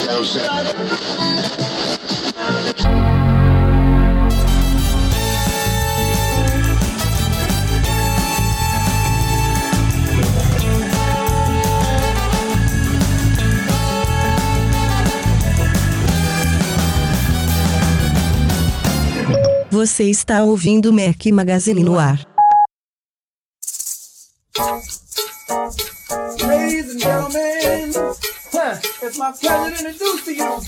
Você está ouvindo o Mac Magazine no ar. Ladies and gentlemen, it's my pleasure to introduce to you.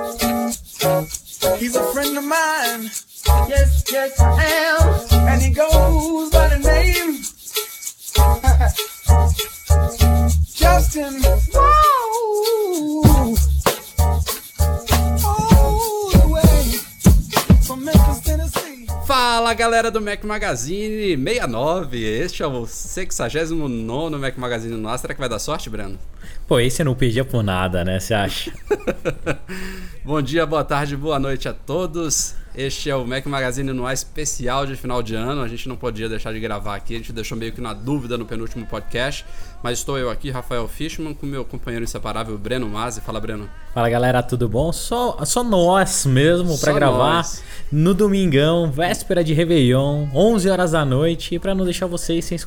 He's a friend of mine. Yes, yes, I am. And he goes by the name Justin. Whoa! All the way from Memphis, Tennessee. Fala galera do Mac Magazine 69, este é o 69º Mac Magazine no ar. Será que vai dar sorte, Breno? Pô, esse eu não perdia por nada, né? Você acha? Bom dia, boa tarde, boa noite a todos. Este é o Mac Magazine no ar especial de final de ano. A gente não podia deixar de gravar aqui, a gente deixou meio que na dúvida no penúltimo podcast. Mas estou eu aqui, Rafael Fishman, com meu companheiro inseparável, Breno Masi. Fala, Breno. Fala, galera, tudo bom? Só nós mesmo pra gravar nós. No domingão, véspera de Réveillon, 11 horas da noite, pra não deixar vocês sem,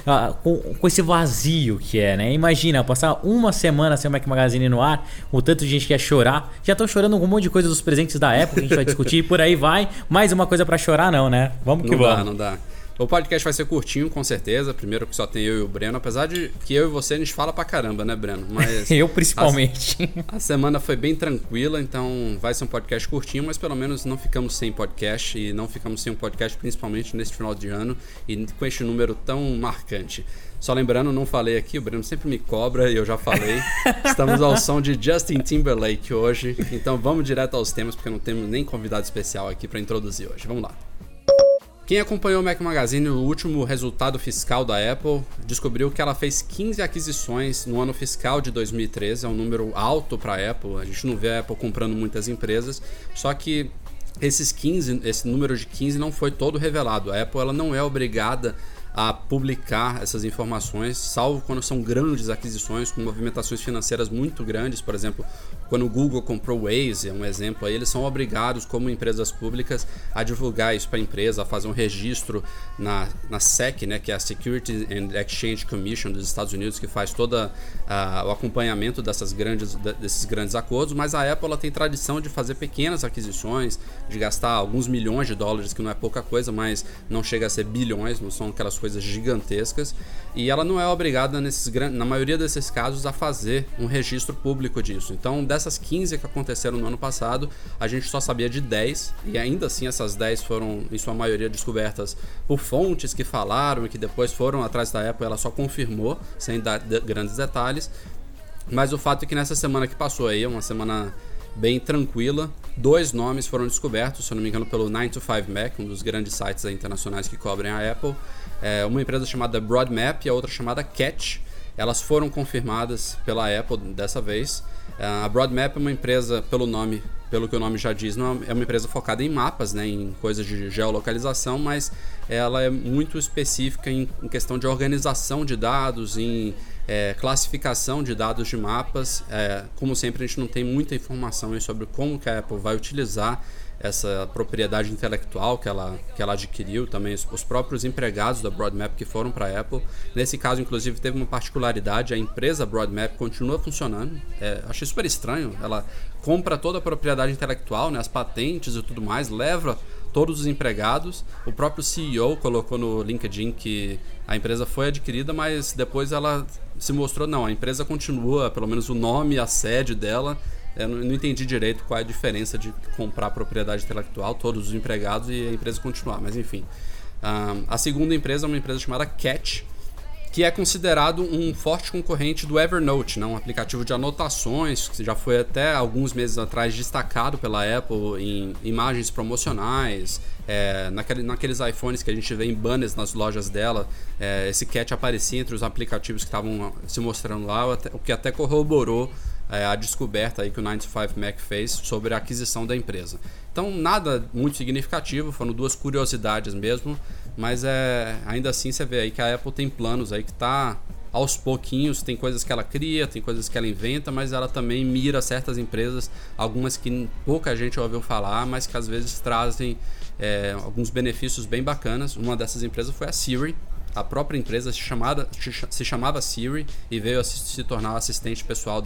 com esse vazio que é, né? Imagina, passar uma semana sem o Mac Magazine no ar, o tanto de gente que ia chorar. Já estão chorando com um monte de coisa dos presentes da Apple, que a gente vai discutir, por aí vai. Mais uma coisa pra chorar não, né? Vamos que vamos. Não dá. O podcast vai ser curtinho, com certeza. Primeiro que só tem eu e o Breno. Apesar de que eu e você, a gente fala pra caramba, né, Breno? Mas eu principalmente. A semana foi bem tranquila, então vai ser um podcast curtinho, mas pelo menos não ficamos sem podcast. E não ficamos sem um podcast, principalmente nesse final de ano. E com este número tão marcante. Só lembrando, não falei aqui, o Breno sempre me cobra e eu já falei. Estamos ao som de Justin Timberlake hoje. Então vamos direto aos temas, porque não temos nem convidado especial aqui pra introduzir hoje. Vamos lá. Quem acompanhou o Mac Magazine, o último resultado fiscal da Apple, descobriu que ela fez 15 aquisições no ano fiscal de 2013. É um número alto para a Apple. A gente não vê a Apple comprando muitas empresas. Só que esse número de 15 não foi todo revelado. A Apple ela não é obrigada a publicar essas informações, salvo quando são grandes aquisições com movimentações financeiras muito grandes. Por exemplo, quando o Google comprou o Waze, é um exemplo aí, eles são obrigados como empresas públicas a divulgar isso para a empresa, a fazer um registro na SEC, né, que é a Securities and Exchange Commission dos Estados Unidos, que faz todo o acompanhamento desses grandes acordos. Mas a Apple ela tem tradição de fazer pequenas aquisições, de gastar alguns milhões de dólares, que não é pouca coisa, mas não chega a ser bilhões, não são aquelas coisas gigantescas, e ela não é obrigada na maioria desses casos a fazer um registro público disso. Então, dessas 15 que aconteceram no ano passado, a gente só sabia de 10, e ainda assim essas 10 foram em sua maioria descobertas por fontes que falaram e que depois foram atrás da Apple. Ela só confirmou, sem dar grandes detalhes. Mas o fato é que nessa semana que passou aí, uma semana bem tranquila, 2 nomes foram descobertos, se eu não me engano, pelo 9to5Mac, um dos grandes sites internacionais que cobrem a Apple. Uma empresa chamada Broadmap e a outra chamada Catch. Elas foram confirmadas pela Apple dessa vez. A Broadmap é uma empresa, pelo que o nome já diz, não é uma empresa focada em mapas, né, em coisas de geolocalização, mas ela é muito específica em questão de organização de dados, em classificação de dados de mapas. Como sempre, a gente não tem muita informação sobre como que a Apple vai utilizar essa propriedade intelectual que ela adquiriu. Também os próprios empregados da Broadmap que foram para a Apple. Nesse caso, inclusive, teve uma particularidade: a empresa Broadmap continua funcionando. Achei super estranho. Ela compra toda a propriedade intelectual, né, as patentes e tudo mais, leva todos os empregados. O próprio CEO colocou no LinkedIn que a empresa foi adquirida, mas depois ela se mostrou, não, a empresa continua, pelo menos o nome, a sede dela. Eu não entendi direito qual é a diferença de comprar propriedade intelectual, todos os empregados, e a empresa continuar, mas enfim. A segunda empresa é uma empresa chamada Catch, que é considerado um forte concorrente do Evernote, né? Um aplicativo de anotações, que já foi até alguns meses atrás destacado pela Apple em imagens promocionais. Naqueles iPhones que a gente vê em banners nas lojas dela, esse Catch aparecia entre os aplicativos que estavam se mostrando lá, o que até corroborou a descoberta aí que o 9to5Mac fez sobre a aquisição da empresa. Então, nada muito significativo, foram 2 curiosidades mesmo, mas ainda assim você vê aí que a Apple tem planos aí que está aos pouquinhos, tem coisas que ela cria, tem coisas que ela inventa, mas ela também mira certas empresas, algumas que pouca gente ouviu falar, mas que às vezes trazem alguns benefícios bem bacanas. Uma dessas empresas foi a Siri. A própria empresa se chamava Siri e veio a se tornar o assistente pessoal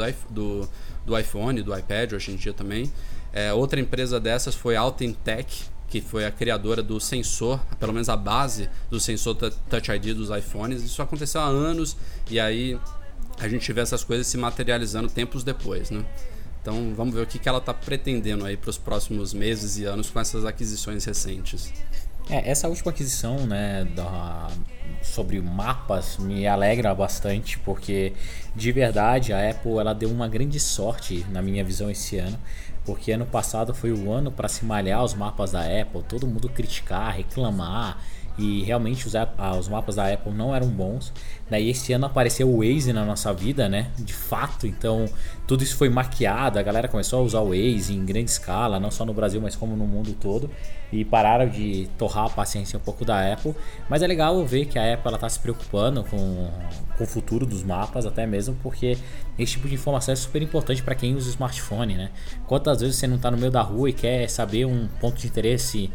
do iPhone, do iPad hoje em dia também. Outra empresa dessas foi a Autentech, que foi a criadora do sensor, pelo menos a base do sensor Touch ID dos iPhones. Isso aconteceu há anos e aí a gente vê essas coisas se materializando tempos depois, né? Então vamos ver o que ela está pretendendo aí para os próximos meses e anos com essas aquisições recentes. Essa última aquisição, né, sobre mapas me alegra bastante, porque de verdade a Apple ela deu uma grande sorte na minha visão esse ano, porque ano passado foi o ano para se malhar os mapas da Apple, todo mundo criticar, reclamar, e realmente os mapas da Apple não eram bons. Daí esse ano apareceu o Waze na nossa vida, né? De fato, então tudo isso foi maquiado, a galera começou a usar o Waze em grande escala, não só no Brasil, mas como no mundo todo, e pararam de torrar a paciência um pouco da Apple. Mas é legal ver que a Apple está se preocupando com o futuro dos mapas, até mesmo porque esse tipo de informação é super importante para quem usa o smartphone, né? Quantas vezes você não está no meio da rua e quer saber um ponto de interesse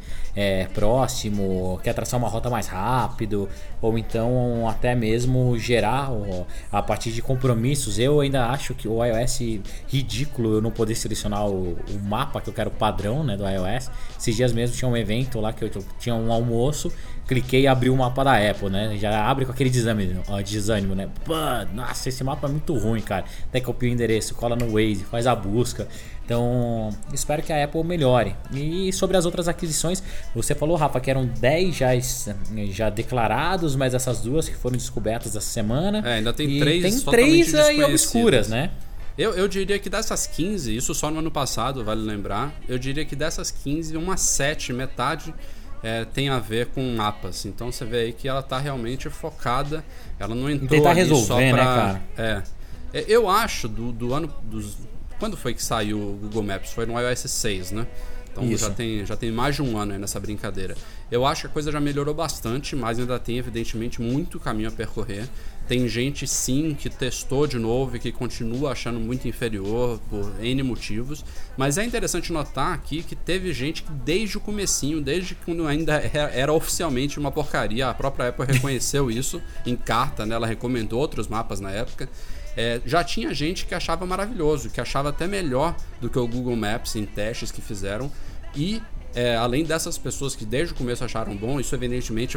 próximo, quer traçar uma rota mais rápido, ou então até mesmo gerar a partir de compromissos. Eu ainda acho que o iOS ridículo eu não poder selecionar o mapa que eu quero padrão, né, do iOS. Esses dias mesmo tinha um evento lá que eu tinha um almoço, cliquei e abri o mapa da Apple, né? Já abre com aquele desânimo, né? Pô, nossa, esse mapa é muito ruim, cara. Até copia o endereço, cola no Waze, faz a busca. Então, espero que a Apple melhore. E sobre as outras aquisições, você falou, Rafa, que eram 10 já declarados, mas essas duas que foram descobertas essa semana. Ainda tem e 3 tem totalmente 3 aí obscuras, né? Eu diria que dessas 15, isso só no ano passado, vale lembrar, eu diria que dessas 15, umas 7, metade tem a ver com mapas. Então você vê aí que ela tá realmente focada, ela não entrou tentar ali resolver, só pra... né, cara? Eu acho, do ano... Quando foi que saiu o Google Maps? Foi no iOS 6, né? Então já tem mais de um ano aí nessa brincadeira. Eu acho que a coisa já melhorou bastante, mas ainda tem evidentemente muito caminho a percorrer. Tem gente sim que testou de novo e que continua achando muito inferior por N motivos. Mas é interessante notar aqui que teve gente que desde o comecinho, desde quando ainda era oficialmente uma porcaria, a própria Apple reconheceu isso em carta, né? Ela recomendou outros mapas na época. Já tinha gente que achava maravilhoso, que achava até melhor do que o Google Maps em testes que fizeram. E além dessas pessoas que desde o começo acharam bom, isso evidentemente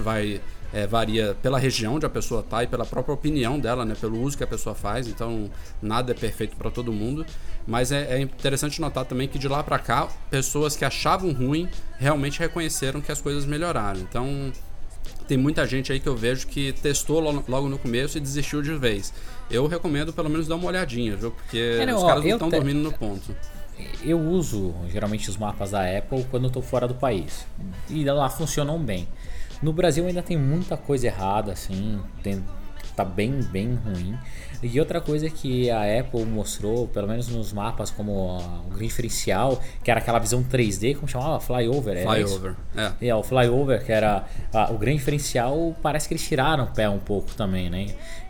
varia pela região onde a pessoa está e pela própria opinião dela, né, pelo uso que a pessoa faz. Então nada é perfeito para todo mundo. Mas é interessante notar também que de lá para cá, pessoas que achavam ruim realmente reconheceram que as coisas melhoraram. Então tem muita gente aí que eu vejo que testou logo no começo e desistiu de vez. Eu recomendo pelo menos dar uma olhadinha, viu? Porque os caras não estão dormindo no ponto. Eu uso geralmente os mapas da Apple quando eu estou fora do país. E lá funcionam bem. No Brasil ainda tem muita coisa errada, assim. Tá bem ruim. E outra coisa que a Apple mostrou, pelo menos nos mapas, como o grande diferencial, que era aquela visão 3D, como chamava? Flyover. Flyover, o Flyover, que era o grande diferencial, parece que eles tiraram o pé um pouco também, né?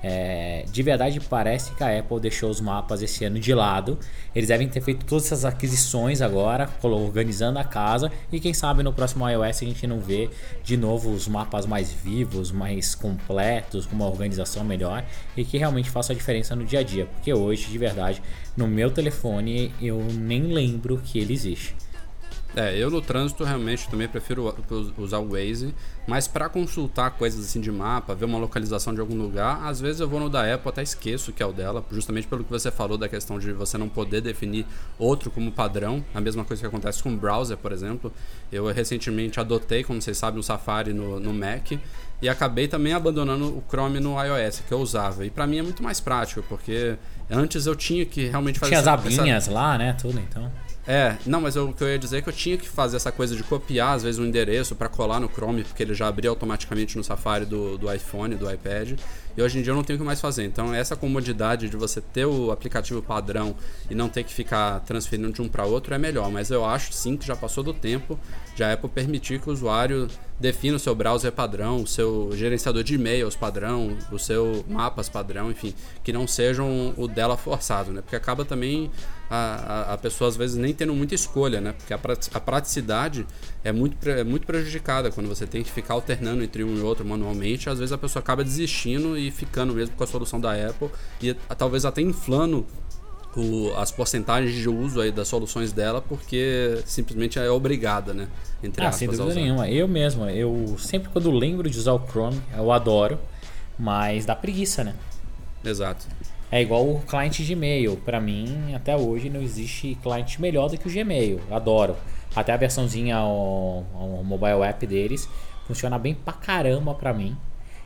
De verdade, parece que a Apple deixou os mapas esse ano de lado. Eles devem ter feito todas essas aquisições agora, organizando a casa, e quem sabe no próximo iOS a gente não vê de novo os mapas mais vivos, mais completos, com uma organização melhor e que realmente faça a diferença no dia a dia, porque hoje, de verdade, no meu telefone eu nem lembro que ele existe. Eu no trânsito realmente também prefiro usar o Waze, mas para consultar coisas assim de mapa, ver uma localização de algum lugar, às vezes eu vou no da Apple, até esqueço que é o dela, justamente pelo que você falou da questão de você não poder definir outro como padrão, a mesma coisa que acontece com o browser, por exemplo. Eu recentemente adotei, como vocês sabem, o Safari no Mac e acabei também abandonando o Chrome no iOS, que eu usava, e para mim é muito mais prático, porque antes eu tinha que realmente fazer as abinhas lá, né, tudo então. Não, mas o que eu ia dizer é que eu tinha que fazer essa coisa de copiar, às vezes, um endereço para colar no Chrome, porque ele já abria automaticamente no Safari do iPhone, do iPad, e hoje em dia eu não tenho o que mais fazer. Então, essa comodidade de você ter o aplicativo padrão e não ter que ficar transferindo de um para outro é melhor, mas eu acho, sim, que já passou do tempo de a Apple permitir que o usuário defina o seu browser padrão, o seu gerenciador de e-mails padrão, o seu mapas padrão, enfim, que não sejam o dela forçado, né? Porque acaba também a pessoa às vezes nem tendo muita escolha, né? Porque a praticidade é muito prejudicada quando você tem que ficar alternando entre um e outro manualmente. Às vezes a pessoa acaba desistindo e ficando mesmo com a solução da Apple e talvez até inflando as porcentagens de uso aí das soluções dela, porque simplesmente é obrigada, né? Entre aspas, sem dúvida nenhuma. Eu sempre quando lembro de usar o Chrome, eu adoro, mas dá preguiça, né? Exato. É igual o cliente de e-mail. Pra mim, até hoje, não existe cliente melhor do que o Gmail. Adoro. Até a versãozinha, o mobile app deles, funciona bem pra caramba pra mim.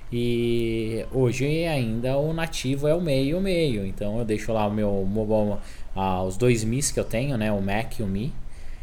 E hoje ainda o nativo é o meio. Então eu deixo lá o meu mobile, os 2 Mis que eu tenho, né? O Mac e o Mi.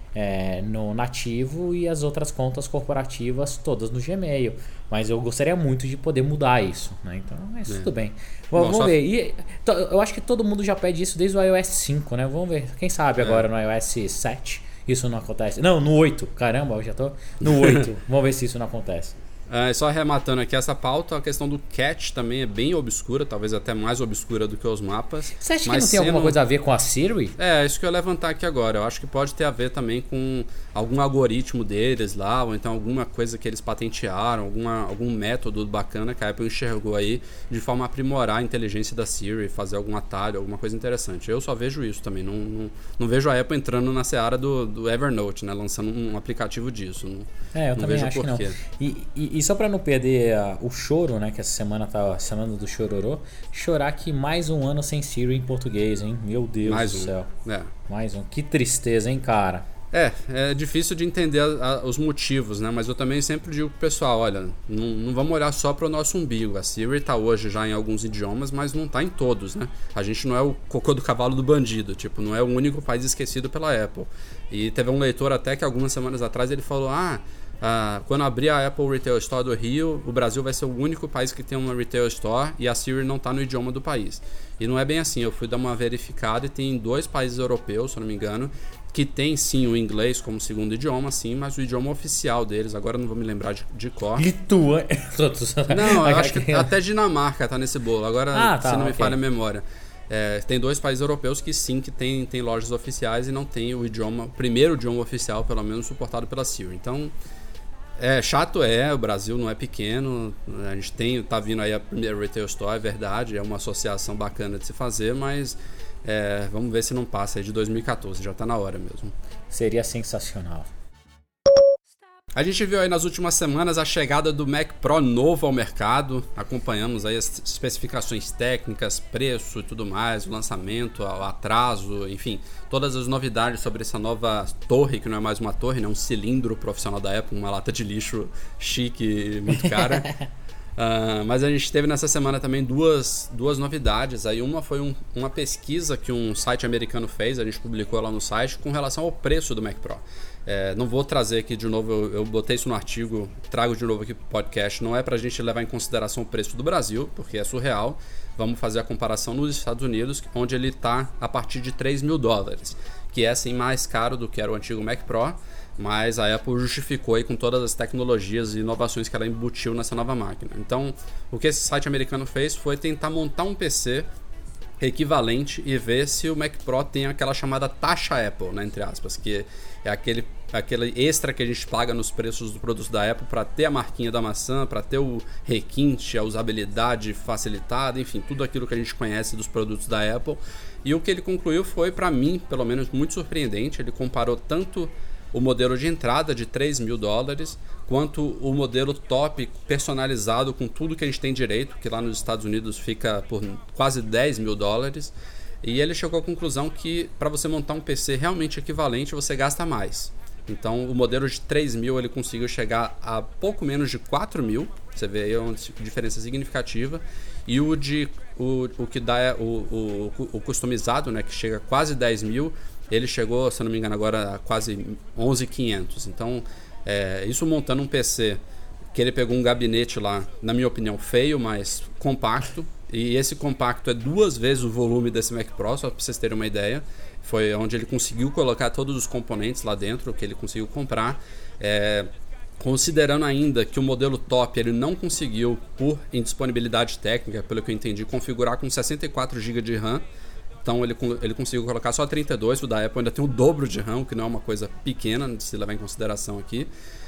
No nativo e as outras contas corporativas todas no Gmail, mas eu gostaria muito de poder mudar isso, né? Então, mas tudo bem. Vamos ver. Eu acho que todo mundo já pede isso desde o iOS 5, né? Vamos ver. Quem sabe agora no iOS 7 isso não acontece. Não, no 8. Caramba, eu já tô no 8. Vamos ver se isso não acontece. Só arrematando aqui essa pauta, a questão do Cat também é bem obscura, talvez até mais obscura do que os mapas. Você acha que não tem alguma coisa a ver com a Siri? Isso que eu ia levantar aqui agora. Eu acho que pode ter a ver também com algum algoritmo deles lá, ou então alguma coisa que eles patentearam, algum método bacana que a Apple enxergou aí de forma a aprimorar a inteligência da Siri, fazer algum atalho, alguma coisa interessante. Eu só vejo isso também. Não vejo a Apple entrando na seara do Evernote, né? Lançando um aplicativo disso. Eu também vejo acho que não. E só pra não perder o choro, né? Que essa semana tá a semana do chororô. Chorar que mais um ano sem Siri em português, hein? Meu Deus do céu. Mais um. Que tristeza, hein, cara? É difícil de entender os motivos, né? Mas eu também sempre digo pro pessoal, olha, não vamos olhar só pro nosso umbigo. A Siri tá hoje já em alguns idiomas, mas não tá em todos, né? A gente não é o cocô do cavalo do bandido, tipo, não é o único país esquecido pela Apple. E teve um leitor até que algumas semanas atrás ele falou, quando abrir a Apple Retail Store do Rio, o Brasil vai ser o único país que tem uma Retail Store e a Siri não está no idioma do país. E não é bem assim, eu fui dar uma verificada e tem 2 países europeus, se eu não me engano, que tem sim o inglês como segundo idioma, sim, mas o idioma oficial deles, agora eu não vou me lembrar de cor. Lituânia. Não, eu acho que até Dinamarca tá nesse bolo, agora se não me falha a memória. Tem 2 países europeus que sim, que tem lojas oficiais e não tem o primeiro idioma oficial, pelo menos, suportado pela Siri. Então, chato o Brasil não é pequeno, a gente tá vindo aí a primeira Retail Store, é verdade, é uma associação bacana de se fazer, mas vamos ver se não passa aí de 2014, já tá na hora mesmo. Seria sensacional. A gente viu aí nas últimas semanas a chegada do Mac Pro novo ao mercado, acompanhamos aí as especificações técnicas, preço e tudo mais, o lançamento, o atraso, enfim, todas as novidades sobre essa nova torre, que não é mais uma torre, né? Um cilindro profissional da Apple, uma lata de lixo chique e muito cara. Mas a gente teve nessa semana também duas novidades. Aí uma foi uma pesquisa que um site americano fez, a gente publicou lá no site, com relação ao preço do Mac Pro. Não vou trazer aqui de novo, eu botei isso no artigo, trago de novo aqui pro podcast. Não é pra gente levar em consideração o preço do Brasil, porque é surreal. Vamos fazer a comparação nos Estados Unidos, onde ele está a partir de $3.000, que é assim mais caro do que era o antigo Mac Pro, mas a Apple justificou aí com todas as tecnologias e inovações que ela embutiu nessa nova máquina. Então, o que esse site americano fez foi tentar montar um PC equivalente e ver se o Mac Pro tem aquela chamada taxa Apple, né, entre aspas, que é aquele extra que a gente paga nos preços dos produtos da Apple para ter a marquinha da maçã, para ter o requinte, a usabilidade facilitada, enfim, tudo aquilo que a gente conhece dos produtos da Apple. E o que ele concluiu foi, para mim, pelo menos, muito surpreendente. Ele comparou tanto o modelo de entrada de $3.000 quanto o modelo top personalizado com tudo que a gente tem direito, que lá nos Estados Unidos fica por quase $10.000. E ele chegou à conclusão que para você montar um PC realmente equivalente você gasta mais. Então o modelo de 3.000 ele conseguiu chegar a pouco menos de 4.000, você vê aí uma diferença significativa. E o que dá o customizado, né, que chega a quase 10.000, ele chegou, se eu não me engano, agora a quase 11.500. Então, isso montando um PC que ele pegou um gabinete lá, na minha opinião, feio, mas compacto. E esse compacto é 2 vezes o volume desse Mac Pro, só para vocês terem uma ideia. Foi onde ele conseguiu colocar todos os componentes lá dentro, que ele conseguiu comprar. Considerando ainda que o modelo top ele não conseguiu, por indisponibilidade técnica, pelo que eu entendi, configurar com 64 GB de RAM. Então ele conseguiu colocar só 32, o da Apple ainda tem o dobro de RAM, o que não é uma coisa pequena de se levar em consideração aqui.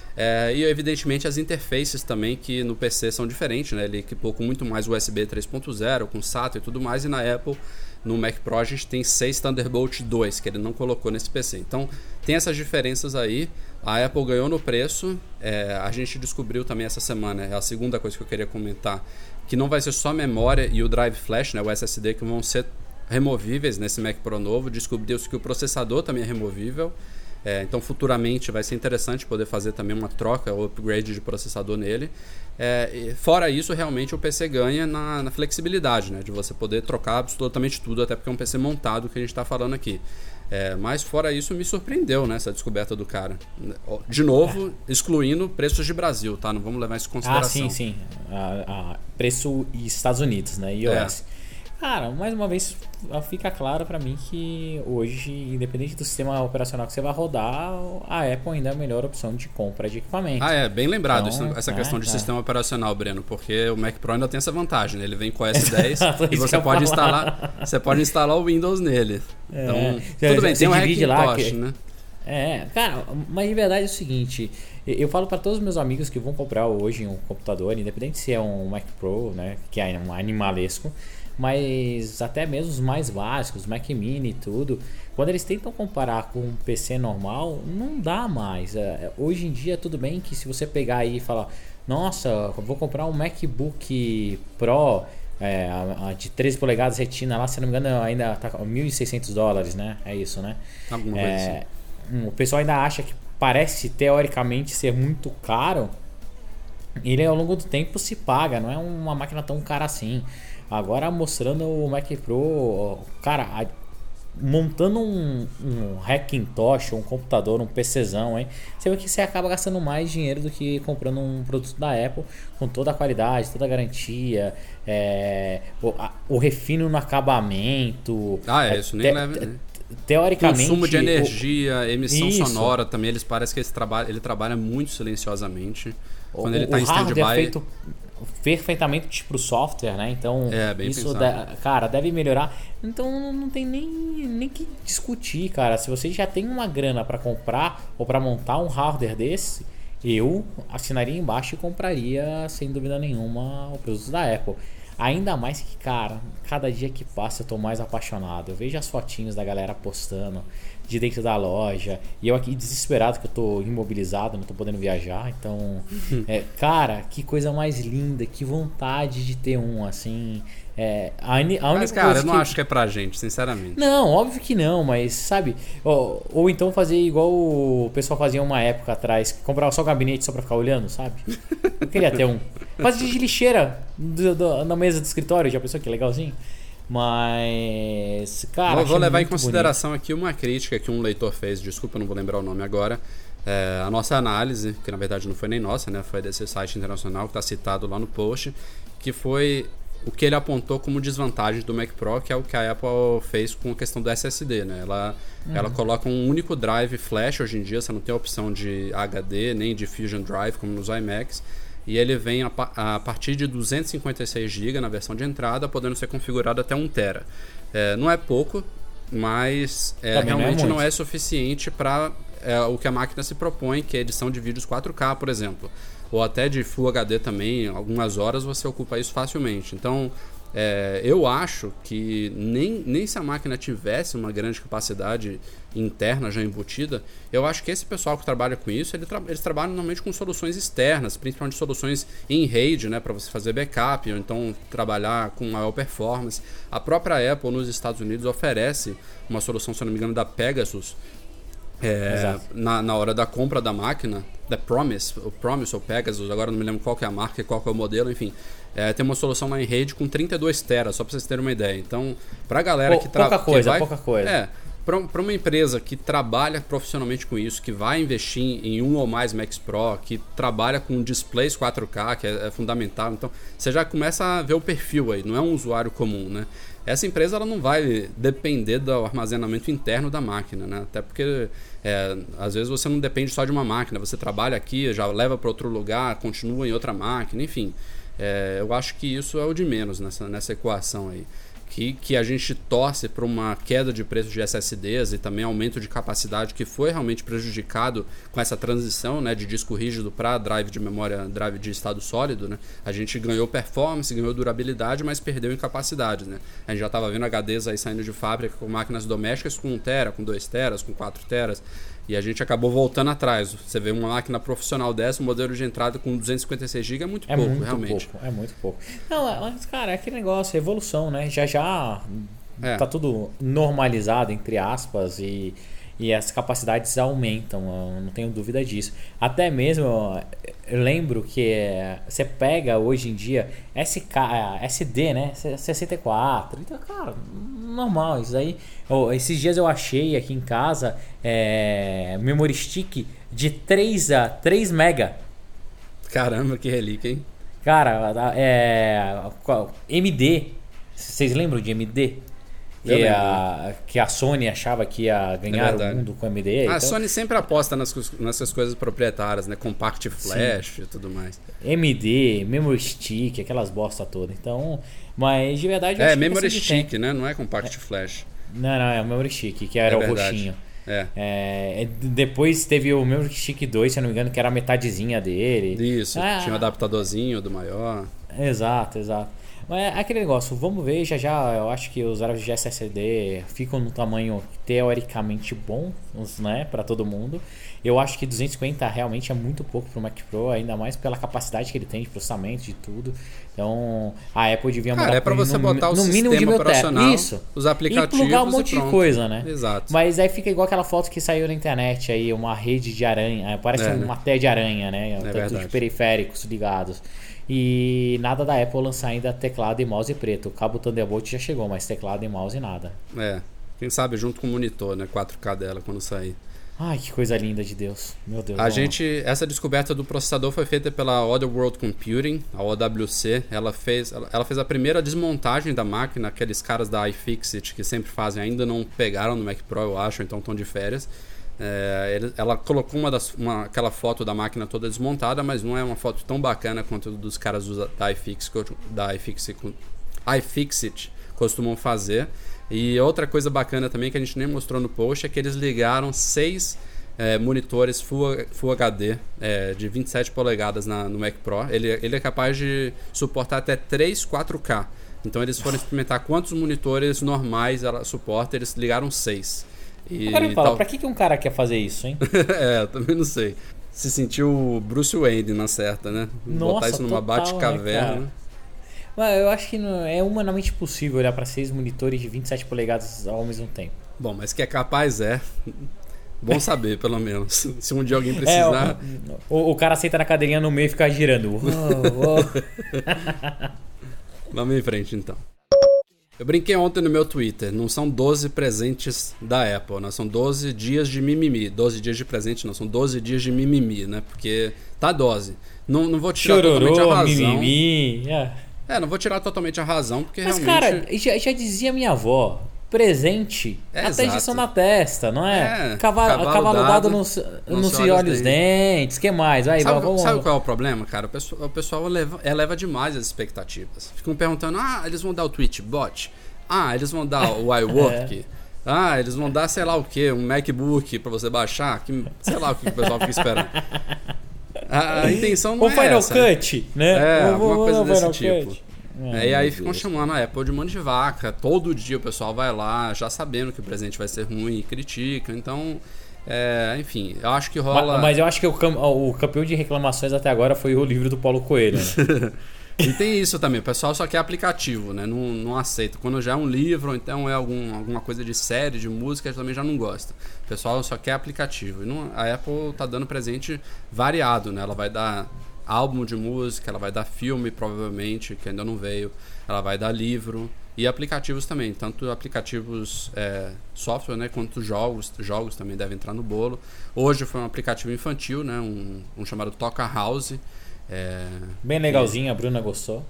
E evidentemente as interfaces também, que no PC são diferentes, né? Ele equipou com muito mais USB 3.0, com SATA e tudo mais, e na Apple, no Mac Pro, a gente tem 6 Thunderbolt 2, que ele não colocou nesse PC. Então tem essas diferenças aí. A Apple ganhou no preço. A gente descobriu também essa semana, é a segunda coisa que eu queria comentar, que não vai ser só a memória e o drive flash, né, o SSD, que vão ser removíveis nesse Mac Pro novo. Descobriu-se que o processador também é removível. Então futuramente vai ser interessante poder fazer também uma troca ou upgrade de processador nele. Fora isso, realmente o PC ganha na flexibilidade, né, de você poder trocar absolutamente tudo, até porque é um PC montado que a gente está falando aqui. Mas fora isso, me surpreendeu, né, essa descoberta do cara. De novo, excluindo preços de Brasil, tá? Não vamos levar isso em consideração. Sim. Preço Estados Unidos, né? iOS. Cara, mais uma vez fica claro pra mim que hoje, independente do sistema operacional que você vai rodar, a Apple ainda é a melhor opção de compra de equipamento. Bem lembrado então, essa questão de sistema operacional, Breno, porque o Mac Pro ainda tem essa vantagem, né? Ele vem com o OS 10 e você pode instalar o Windows nele. Então, tudo bem, tem um Hackintosh, né? Cara, mas de verdade é o seguinte, eu falo para todos os meus amigos que vão comprar hoje um computador, independente se é um Mac Pro, né, que é um animalesco, mas até mesmo os mais básicos, Mac Mini e tudo, quando eles tentam comparar com um PC normal, não dá mais. Hoje em dia, tudo bem que se você pegar aí e falar, nossa, vou comprar um MacBook Pro de 13 polegadas retina lá, se não me engano ainda tá $1.600, né? É isso, né? Alguma coisa assim. O pessoal ainda acha que parece teoricamente ser muito caro. Ele ao longo do tempo se paga, não é uma máquina tão cara assim. Agora mostrando o Mac Pro, cara, montando um Hackintosh, um computador, um PCzão, hein? Você vê que você acaba gastando mais dinheiro do que comprando um produto da Apple com toda a qualidade, toda a garantia, o refino no acabamento. Isso nem leva. Teoricamente, consumo de energia, emissão sonora também, eles parecem que ele trabalha muito silenciosamente. Quando ele está em stand-by, é feito perfeitamente pro software, né? Então bem isso cara, deve melhorar. Então não tem nem que discutir, cara. Se você já tem uma grana para comprar ou para montar um hardware desse, eu assinaria embaixo e compraria sem dúvida nenhuma o produto da Apple. Ainda mais que, cara, cada dia que passa eu tô mais apaixonado. Eu vejo as fotinhos da galera postando de dentro da loja. E eu aqui desesperado que eu tô imobilizado, não tô podendo viajar. Então, cara, que coisa mais linda. Que vontade de ter um, assim. Mas, cara, eu não acho que é pra gente, sinceramente. Não, óbvio que não, mas, sabe? Ou então fazer igual o pessoal fazia uma época atrás. Comprava só o gabinete só pra ficar olhando, sabe? Eu queria ter um. Fazer de lixeira na mesa do escritório, já pensou que legalzinho? Mas, cara, vou levar em consideração aqui uma crítica que um leitor fez, desculpa, eu não vou lembrar o nome agora. A nossa análise, que na verdade não foi nem nossa, né? Foi desse site internacional que está citado lá no post, que foi o que ele apontou como desvantagem do Mac Pro, que é o que a Apple fez com a questão do SSD, né? Ela coloca um único drive flash hoje em dia, você não tem a opção de HD nem de Fusion Drive como nos iMacs. E ele vem a partir de 256 GB na versão de entrada, podendo ser configurado até 1 TB. Não é pouco, mas realmente não é suficiente para o que a máquina se propõe, que é edição de vídeos 4K, por exemplo. Ou até de Full HD também, algumas horas você ocupa isso facilmente. Então, eu acho que nem se a máquina tivesse uma grande capacidade interna já embutida, eu acho que esse pessoal que trabalha com isso, eles trabalham normalmente com soluções externas, principalmente soluções em RAID, né, para você fazer backup, ou então trabalhar com maior performance. A própria Apple nos Estados Unidos oferece uma solução, se eu não me engano, da Pegasus, na hora da compra da máquina, da Promise ou Pegasus, agora não me lembro qual que é a marca e qual que é o modelo, enfim. Tem uma solução lá em rede com 32 TB, só pra vocês terem uma ideia. Então, pra galera que pouca coisa. Para uma empresa que trabalha profissionalmente com isso, que vai investir em um ou mais Macs Pro, que trabalha com displays 4K, que é fundamental, então você já começa a ver o perfil aí, não é um usuário comum, né? Essa empresa ela não vai depender do armazenamento interno da máquina, né? Até porque às vezes você não depende só de uma máquina, você trabalha aqui, já leva para outro lugar, continua em outra máquina, enfim. Eu acho que isso é o de menos nessa equação aí. Que a gente torce para uma queda de preço de SSDs e também aumento de capacidade que foi realmente prejudicado com essa transição, né, de disco rígido para drive de memória, drive de estado sólido, né? A gente ganhou performance, ganhou durabilidade, mas perdeu em capacidade, né? A gente já estava vendo HDs aí saindo de fábrica com máquinas domésticas com 1 tera, com 2 teras, com 4 teras. E a gente acabou voltando atrás. Você vê uma máquina profissional dessa, um modelo de entrada com 256 GB é muito pouco, realmente. É muito pouco. Não, mas, cara, é aquele negócio, é evolução, né? Já tá tudo normalizado, entre aspas, e as capacidades aumentam, eu não tenho dúvida disso. Até mesmo, eu lembro que você pega hoje em dia SD, né? 64, então, cara, normal, isso aí. Esses dias eu achei aqui em casa memory stick de 3 mega. Caramba, que relíquia, hein? Cara, MD, vocês lembram de MD? Que a Sony achava que ia ganhar o mundo com AMD. A Sony sempre aposta nessas coisas proprietárias, né? Compact Flash e tudo mais. AMD, Memory Stick, aquelas bosta todas. Então, mas de verdade... Memory Stick, né? Não é Compact Flash. Não, é o Memory Stick, que era o roxinho. Depois teve o Memory Stick 2, se eu não me engano, que era a metadezinha dele. Isso, tinha um adaptadorzinho do maior. Exato. Mas é aquele negócio, vamos ver, já eu acho que os drives de SSD ficam no tamanho teoricamente bom, né, para todo mundo. Eu acho que 250 realmente é muito pouco para o Mac Pro, ainda mais pela capacidade que ele tem de processamento, de tudo. Então, a Apple devia mudar é para você botar o no mínimo sistema de operacional, isso, os aplicativos e plugar um monte de coisa, né? Exato. Mas aí fica igual aquela foto que saiu na internet aí, uma rede de aranha, parece uma teia de aranha, né? Tanto de periféricos ligados. E nada da Apple lançar ainda teclado e mouse preto. O cabo Thunderbolt já chegou, mas teclado e mouse nada. Quem sabe junto com o monitor, né? 4K dela quando sair. Ai, que coisa linda de Deus. Meu Deus. Essa descoberta do processador foi feita pela Other World Computing, a OWC. Ela fez a primeira desmontagem da máquina, aqueles caras da iFixit que sempre fazem, ainda não pegaram no Mac Pro, eu acho, então estão de férias. Ela colocou aquela foto da máquina toda desmontada, mas não é uma foto tão bacana quanto dos caras da iFixit costumam fazer. E outra coisa bacana também que a gente nem mostrou no post é que eles ligaram 6 monitores Full HD de 27 polegadas no Mac Pro. Ele é capaz de suportar até 3 4K. Então eles foram experimentar quantos monitores normais ela suporta, eles ligaram 6. Pra que um cara quer fazer isso, hein? Eu também não sei. Se sentiu Bruce Wayne na certa, né? Nossa, botar isso numa Batcaverna. Né, mas eu acho que não é humanamente possível olhar para 6 monitores de 27 polegadas ao mesmo tempo. Bom, mas que é capaz bom saber, pelo menos. Se um dia alguém precisar... O cara senta na cadeirinha no meio e fica girando. Vamos em frente, então. Eu brinquei ontem no meu Twitter, não são 12 presentes da Apple, né? São 12 dias de mimimi. 12 dias de presente não, são 12 dias de mimimi, né? Porque tá dose. Não vou tirar totalmente a razão. Mimimi. Não vou tirar totalmente a razão, porque mas, realmente... cara, já dizia minha avó, presente, até injeção na testa, não é? Cavalo dado não se olha os dentes, que mais? Sabe qual é o problema, cara? O pessoal eleva demais as expectativas. Ficam perguntando, eles vão dar o Tweetbot? Eles vão dar o iWork? Eles vão dar sei lá o que, um MacBook pra você baixar? Sei lá o que o pessoal fica esperando. A intenção não é essa. O Final Cut, né? Alguma coisa desse tipo. E aí ficam chamando a Apple de mão de vaca. Todo dia o pessoal vai lá, já sabendo que o presente vai ser ruim e critica. Então, enfim, eu acho que rola... Mas eu acho que o campeão de reclamações até agora foi o livro do Paulo Coelho, né? E tem isso também, o pessoal só quer aplicativo, né? Não aceita. Quando já é um livro, ou então é alguma coisa de série, de música, também já não gosta. O pessoal só quer aplicativo. E a Apple tá dando presente variado, né? Ela vai dar álbum de música, ela vai dar filme, provavelmente, que ainda não veio. Ela vai dar livro. E aplicativos também, tanto aplicativos software, né, quanto jogos também devem entrar no bolo. Hoje foi um aplicativo infantil, né, um chamado Toca House. Bem legalzinho, a Bruna gostou.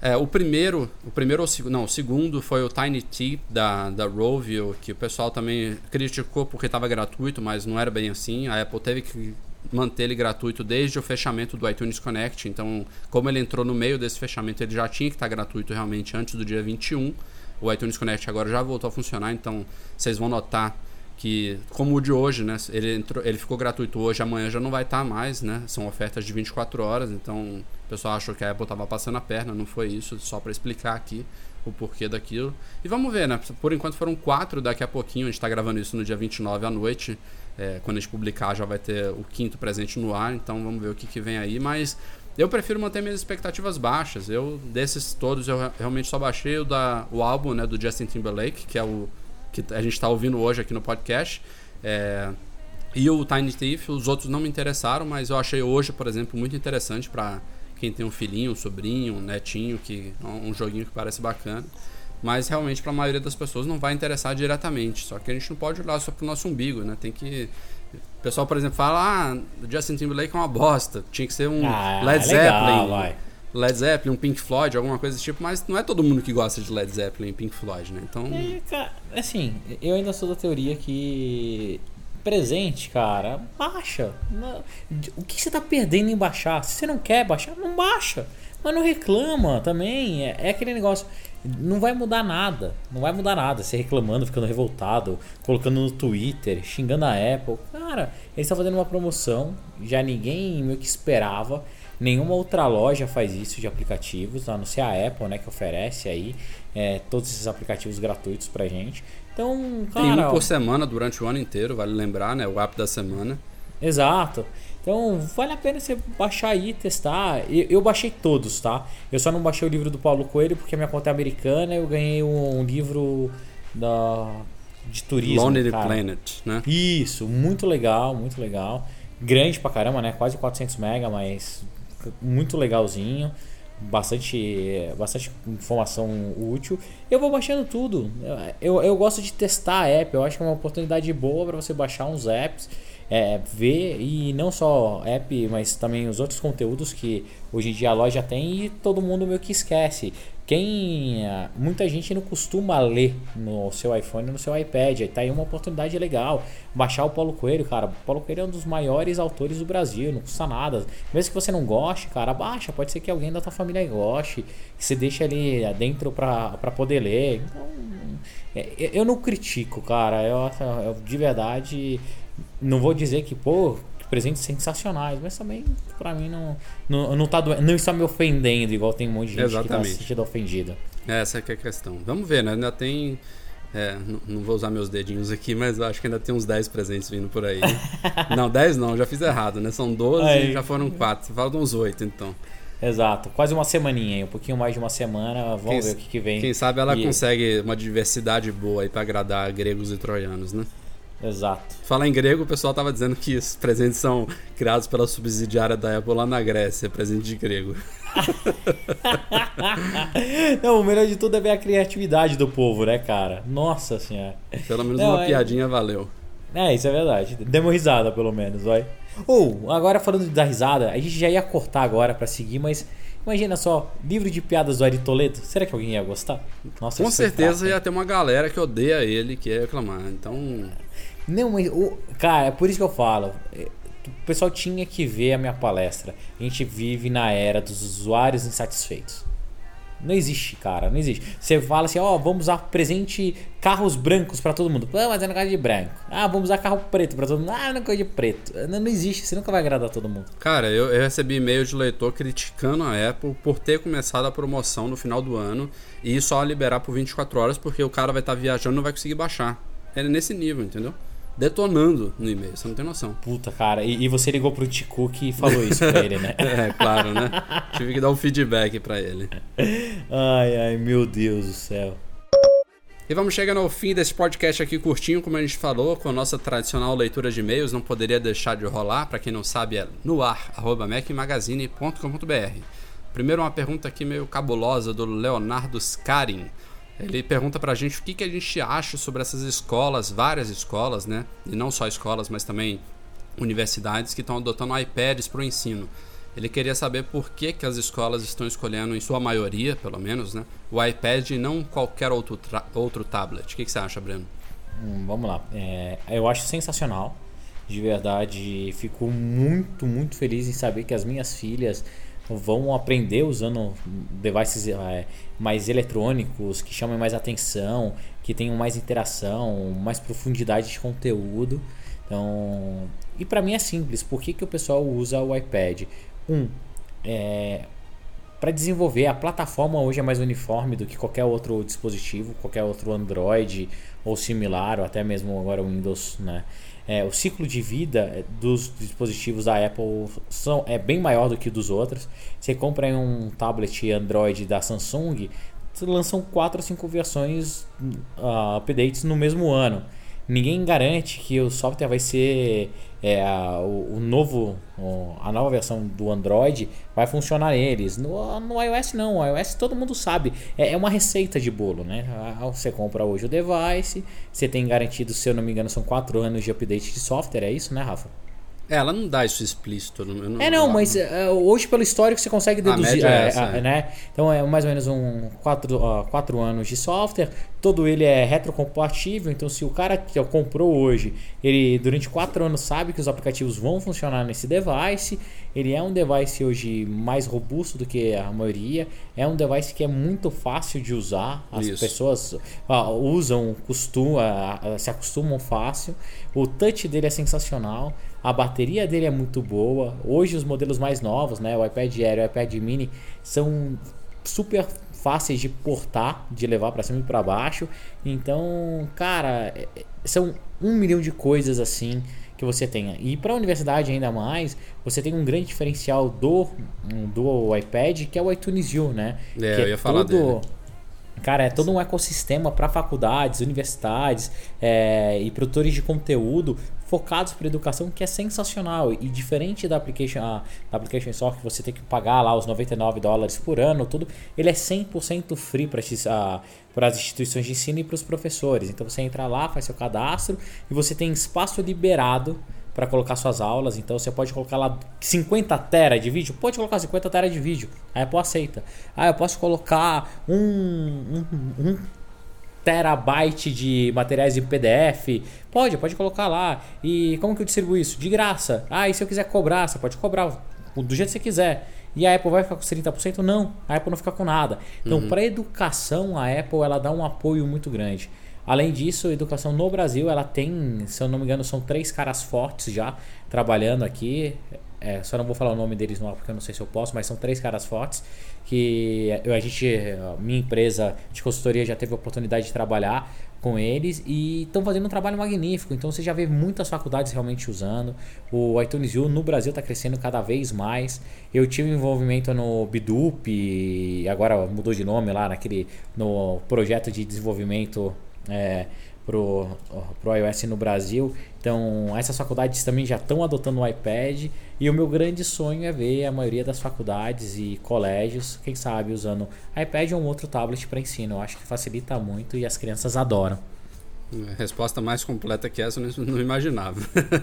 O segundo foi o Tiny Tea da Rovio, que o pessoal também criticou porque estava gratuito, mas não era bem assim. A Apple teve que manter ele gratuito desde o fechamento do iTunes Connect. Então, como ele entrou no meio desse fechamento, ele já tinha que estar gratuito realmente antes do dia 21. O iTunes Connect agora já voltou a funcionar, então vocês vão notar que, como o de hoje, né, ele ficou gratuito hoje, amanhã já não vai estar mais, né? São ofertas de 24 horas, então o pessoal achou que a Apple estava passando a perna, não foi isso, só para explicar aqui o porquê daquilo. E vamos ver, né? Por enquanto foram 4, daqui a pouquinho, a gente está gravando isso no dia 29 à noite, quando a gente publicar já vai ter o 5º presente no ar, então vamos ver o que vem aí, mas eu prefiro manter minhas expectativas baixas. Desses todos, eu realmente só baixei o álbum, né, do Justin Timberlake, que é o que a gente está ouvindo hoje aqui no podcast, e o Tiny Thief. Os outros não me interessaram, mas eu achei hoje, por exemplo, muito interessante para quem tem um filhinho, um sobrinho, um netinho, que é um joguinho que parece bacana, mas realmente para a maioria das pessoas não vai interessar diretamente, só que a gente não pode olhar só pro nosso umbigo, né? Tem que... O pessoal, por exemplo, fala, o Justin Timberlake é uma bosta, tinha que ser um Led Zeppelin, Led Zeppelin, um Pink Floyd, alguma coisa desse tipo, mas não é todo mundo que gosta de Led Zeppelin e Pink Floyd, né? Então... Cara, assim, eu ainda sou da teoria que presente, cara, baixa. O que você tá perdendo em baixar? Se você não quer baixar, não baixa. Mas não reclama também. É aquele negócio. Não vai mudar nada. Não vai mudar nada. Você reclamando, ficando revoltado, colocando no Twitter, xingando a Apple. Cara, eles estão fazendo uma promoção. Já ninguém meio que esperava. Nenhuma outra loja faz isso de aplicativos, a não ser a Apple, né, que oferece aí todos esses aplicativos gratuitos pra gente. Então, cara, tem um por semana durante o ano inteiro, vale lembrar, né, o app da semana. Exato. Então, vale a pena você baixar aí e testar. Eu baixei todos, tá? Eu só não baixei o livro do Paulo Coelho porque a minha conta é americana. Eu ganhei um livro de turismo, Lonely cara. Planet, né? Isso, muito legal, muito legal. Grande pra caramba, né? Quase 400 MB, mas muito legalzinho. Bastante informação útil. Eu vou baixando tudo. Eu gosto de testar a app. Eu acho que é uma oportunidade boa para você baixar uns apps, ver, e não só app, mas também os outros conteúdos que hoje em dia a loja tem e todo mundo meio que esquece. Muita gente não costuma ler no seu iPhone, no seu iPad. Aí tá aí uma oportunidade legal. Baixar o Paulo Coelho, cara. O Paulo Coelho é um dos maiores autores do Brasil, não custa nada. Mesmo que você não goste, cara, baixa. Pode ser que alguém da tua família goste, que você deixa ali dentro pra poder ler. Então, eu não critico, cara. Eu de verdade não vou dizer que, presentes sensacionais, mas também pra mim não está me ofendendo, igual tem um monte de gente que está se sentindo ofendida. Essa que é a questão. Vamos ver, né? Ainda tem... não vou usar meus dedinhos aqui, mas eu acho que ainda tem uns 10 presentes vindo por aí. Não, 10 não, já fiz errado, né? São 12 e já foram 4. Faltam uns 8, então. Exato, quase uma semaninha aí, um pouquinho mais de uma semana. Vamos ver o que vem. Quem sabe ela consegue uma diversidade boa aí pra agradar gregos e troianos, né? Exato. Falar em grego, o pessoal tava dizendo que os presentes são criados pela subsidiária da Apple lá na Grécia, presente de grego. Não, o melhor de tudo é ver a criatividade do povo, né, cara? Nossa senhora. Pelo menos uma piadinha valeu. Isso é verdade. Demos risada, pelo menos, vai. Agora falando da risada, a gente já ia cortar agora pra seguir, mas imagina só, livro de piadas do Ari Toledo. Será que alguém ia gostar? Nossa, com certeza ia ter uma galera que odeia ele, que ia reclamar. Então... Não, mas, cara, é por isso que eu falo. O pessoal tinha que ver a minha palestra. A gente vive na era dos usuários insatisfeitos. Não existe, cara, não existe. Você fala assim, vamos usar presente carros brancos pra todo mundo. Mas eu não gosto de branco. Vamos usar carro preto pra todo mundo. Eu não gosto de preto. Não existe, você nunca vai agradar todo mundo. Cara, eu recebi e-mail de leitor criticando a Apple por ter começado a promoção no final do ano e só liberar por 24 horas porque o cara vai estar viajando e não vai conseguir baixar. É nesse nível, entendeu? Detonando no e-mail, você não tem noção. Puta, cara, e você ligou pro T-Cook e falou isso pra ele, né? Claro, né? Tive que dar um feedback pra ele. Ai, meu Deus do céu. E vamos chegando ao fim desse podcast aqui curtinho, como a gente falou, com a nossa tradicional leitura de e-mails, não poderia deixar de rolar. Pra quem não sabe, é noar@macmagazine.com.br. Primeiro uma pergunta aqui meio cabulosa do Leonardo Scarin. Ele pergunta pra gente o que a gente acha sobre essas escolas, várias escolas, né? E não só escolas, mas também universidades que estão adotando iPads para o ensino. Ele queria saber por que as escolas estão escolhendo, em sua maioria, pelo menos, né, o iPad e não qualquer outro tablet. O que você acha, Breno? Vamos lá. Eu acho sensacional. De verdade, fico muito, muito feliz em saber que as minhas filhas vão aprender usando devices mais eletrônicos, que chamem mais atenção, que tenham mais interação, mais profundidade de conteúdo. Então, e para mim é simples. Por que o pessoal usa o iPad? Para desenvolver, a plataforma hoje é mais uniforme do que qualquer outro dispositivo, qualquer outro Android ou similar, ou até mesmo agora o Windows, né? O ciclo de vida dos dispositivos da Apple é bem maior do que dos outros. Você compra um tablet Android da Samsung, lançam 4 ou 5 versões updates no mesmo ano. Ninguém garante que o software vai ser a nova versão do Android vai funcionar neles. No iOS não, o iOS todo mundo sabe, é uma receita de bolo, né? Você compra hoje o device, você tem garantido, se eu não me engano, são 4 anos de update de software, é isso, né, Rafa? Ela não dá isso explícito. Mas hoje pelo histórico você consegue deduzir, né? Então é mais ou menos 4 anos de software, todo ele é retrocompatível, então se o cara que comprou hoje, ele durante 4 anos sabe que os aplicativos vão funcionar nesse device, ele é um device hoje mais robusto do que a maioria, é um device que é muito fácil de usar, as pessoas usam, se acostumam fácil, o touch dele é sensacional, a bateria dele é muito boa. Hoje os modelos mais novos, né, o iPad Air e o iPad Mini, são super fáceis de portar, de levar para cima e para baixo. Então, cara, são 1 milhão de coisas assim que você tem. E para a universidade ainda mais, você tem um grande diferencial do iPad, que é o iTunes U, né? Eu ia falar dele. Cara, é todo um ecossistema para faculdades, universidades e produtores de conteúdo focados para educação, que é sensacional. E diferente da Application Store, que você tem que pagar lá os $99 por ano, tudo, ele é 100% free para as instituições de ensino e para os professores. Então você entra lá, faz seu cadastro e você tem espaço liberado para colocar suas aulas. Então você pode colocar lá 50 tera de vídeo, pode colocar 50 tera de vídeo, a Apple aceita. Eu posso colocar um terabyte de materiais em PDF, pode colocar lá. E como que eu distribuo isso? De graça. E se eu quiser cobrar, você pode cobrar do jeito que você quiser. E a Apple vai ficar com 30%? Não, a Apple não fica com nada. Então, para a educação, a Apple ela dá um apoio muito grande. Além disso, a educação no Brasil, ela tem, se eu não me engano, são 3 caras fortes já trabalhando aqui. Só não vou falar o nome deles no ar porque eu não sei se eu posso, mas são 3 caras fortes que minha empresa de consultoria já teve a oportunidade de trabalhar com eles e estão fazendo um trabalho magnífico. Então você já vê muitas faculdades realmente usando. O iTunes U no Brasil está crescendo cada vez mais. Eu tive envolvimento no Bidup, e agora mudou de nome lá no projeto de desenvolvimento pro iOS no Brasil. Então essas faculdades também já estão adotando o iPad, e o meu grande sonho é ver a maioria das faculdades e colégios, quem sabe, usando iPad ou um outro tablet para ensino. Eu acho que facilita muito e as crianças adoram. A resposta mais completa que essa eu não imaginava.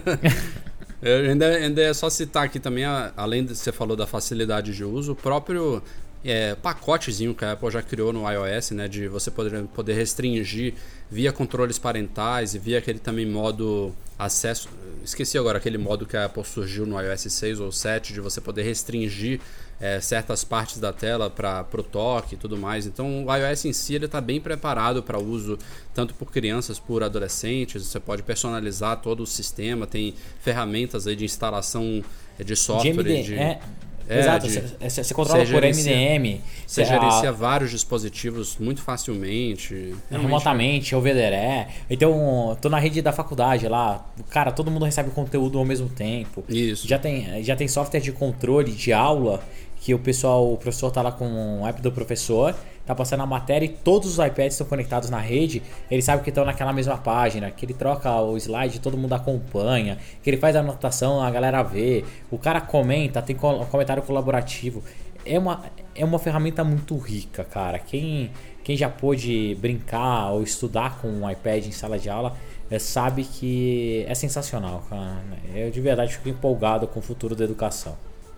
Ainda é só citar aqui também, além de você falou da facilidade de uso, o próprio pacotezinho que a Apple já criou no iOS, né, de você poder restringir via controles parentais e via aquele também modo acesso. Esqueci agora aquele modo que a Apple surgiu no iOS 6 ou 7, de você poder restringir certas partes da tela para o toque e tudo mais. Então o iOS em si está bem preparado para uso tanto por crianças, por adolescentes. Você pode personalizar todo o sistema, tem ferramentas aí de instalação de software. Exato, você controla por MDM. Você gerencia vários dispositivos muito facilmente. Remotamente, over the air. Então, tô na rede da faculdade lá. Cara, todo mundo recebe conteúdo ao mesmo tempo. Isso. Já tem software de controle de aula, que o professor tá lá com o app do professor, tá passando a matéria e todos os iPads estão conectados na rede. Ele sabe que estão naquela mesma página, que ele troca o slide, todo mundo acompanha, que ele faz a anotação, a galera vê, o cara comenta, tem comentário colaborativo. é uma ferramenta muito rica, cara. Quem já pôde brincar ou estudar com um iPad em sala de aula sabe que é sensacional, cara. Eu de verdade fico empolgado com o futuro da educação.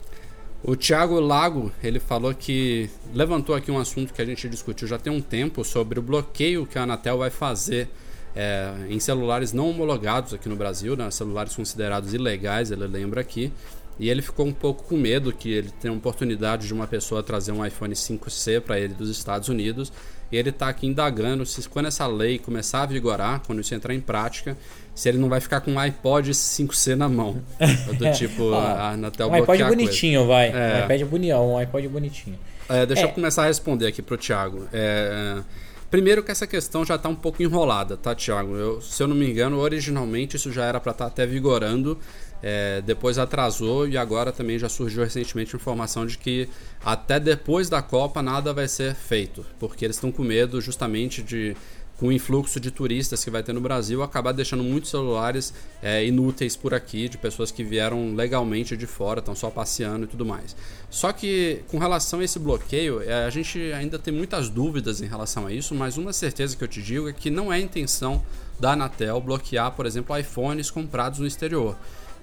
O Thiago Lago, ele falou que levantou aqui um assunto que a gente discutiu já tem um tempo sobre o bloqueio que a Anatel vai fazer em celulares não homologados aqui no Brasil, né? Celulares considerados ilegais, ele lembra aqui. E ele ficou um pouco com medo que ele tenha a oportunidade de uma pessoa trazer um iPhone 5C para ele dos Estados Unidos. E ele está aqui indagando se quando essa lei começar a vigorar, quando isso entrar em prática, se ele não vai ficar com um iPod 5C na mão. Do tipo, a Anatel bloquear um iPod bonitinho, vai. Um iPod bonitinho. Deixa eu começar a responder aqui pro Thiago. Primeiro que essa questão já está um pouco enrolada, tá, Thiago? Se eu não me engano, originalmente isso já era para estar até vigorando. Depois atrasou e agora também já surgiu recentemente a informação de que até depois da Copa nada vai ser feito, porque eles estão com medo justamente com o influxo de turistas que vai ter no Brasil, acabar deixando muitos celulares inúteis por aqui, de pessoas que vieram legalmente de fora, estão só passeando e tudo mais. Só que com relação a esse bloqueio, a gente ainda tem muitas dúvidas em relação a isso, mas uma certeza que eu te digo é que não é a intenção da Anatel bloquear, por exemplo, iPhones comprados no exterior.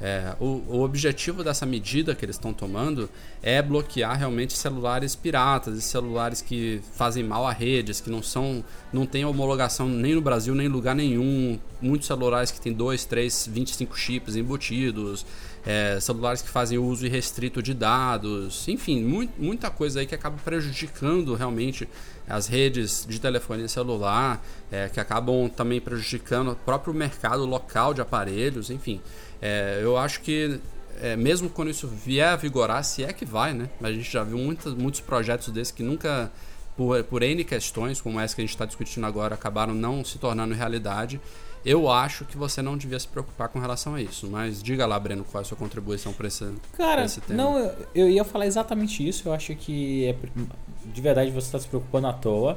O objetivo dessa medida que eles estão tomando é bloquear realmente celulares piratas e celulares que fazem mal a redes, que não tem homologação nem no Brasil nem em lugar nenhum. Muitos celulares que tem 2, 3, 25 chips embutidos, celulares que fazem uso irrestrito de dados, enfim, muita coisa aí que acaba prejudicando realmente as redes de telefonia celular, que acabam também prejudicando o próprio mercado local de aparelhos, enfim. Eu acho que mesmo quando isso vier a vigorar, se é que vai, né? A gente já viu muitos projetos desses que nunca, por N questões, como essa que a gente está discutindo agora, acabaram não se tornando realidade. Eu acho que você não devia se preocupar com relação a isso. Mas diga lá, Breno, qual é a sua contribuição para esse tema. Cara, não, eu ia falar exatamente isso. Eu acho que de verdade você está se preocupando à toa.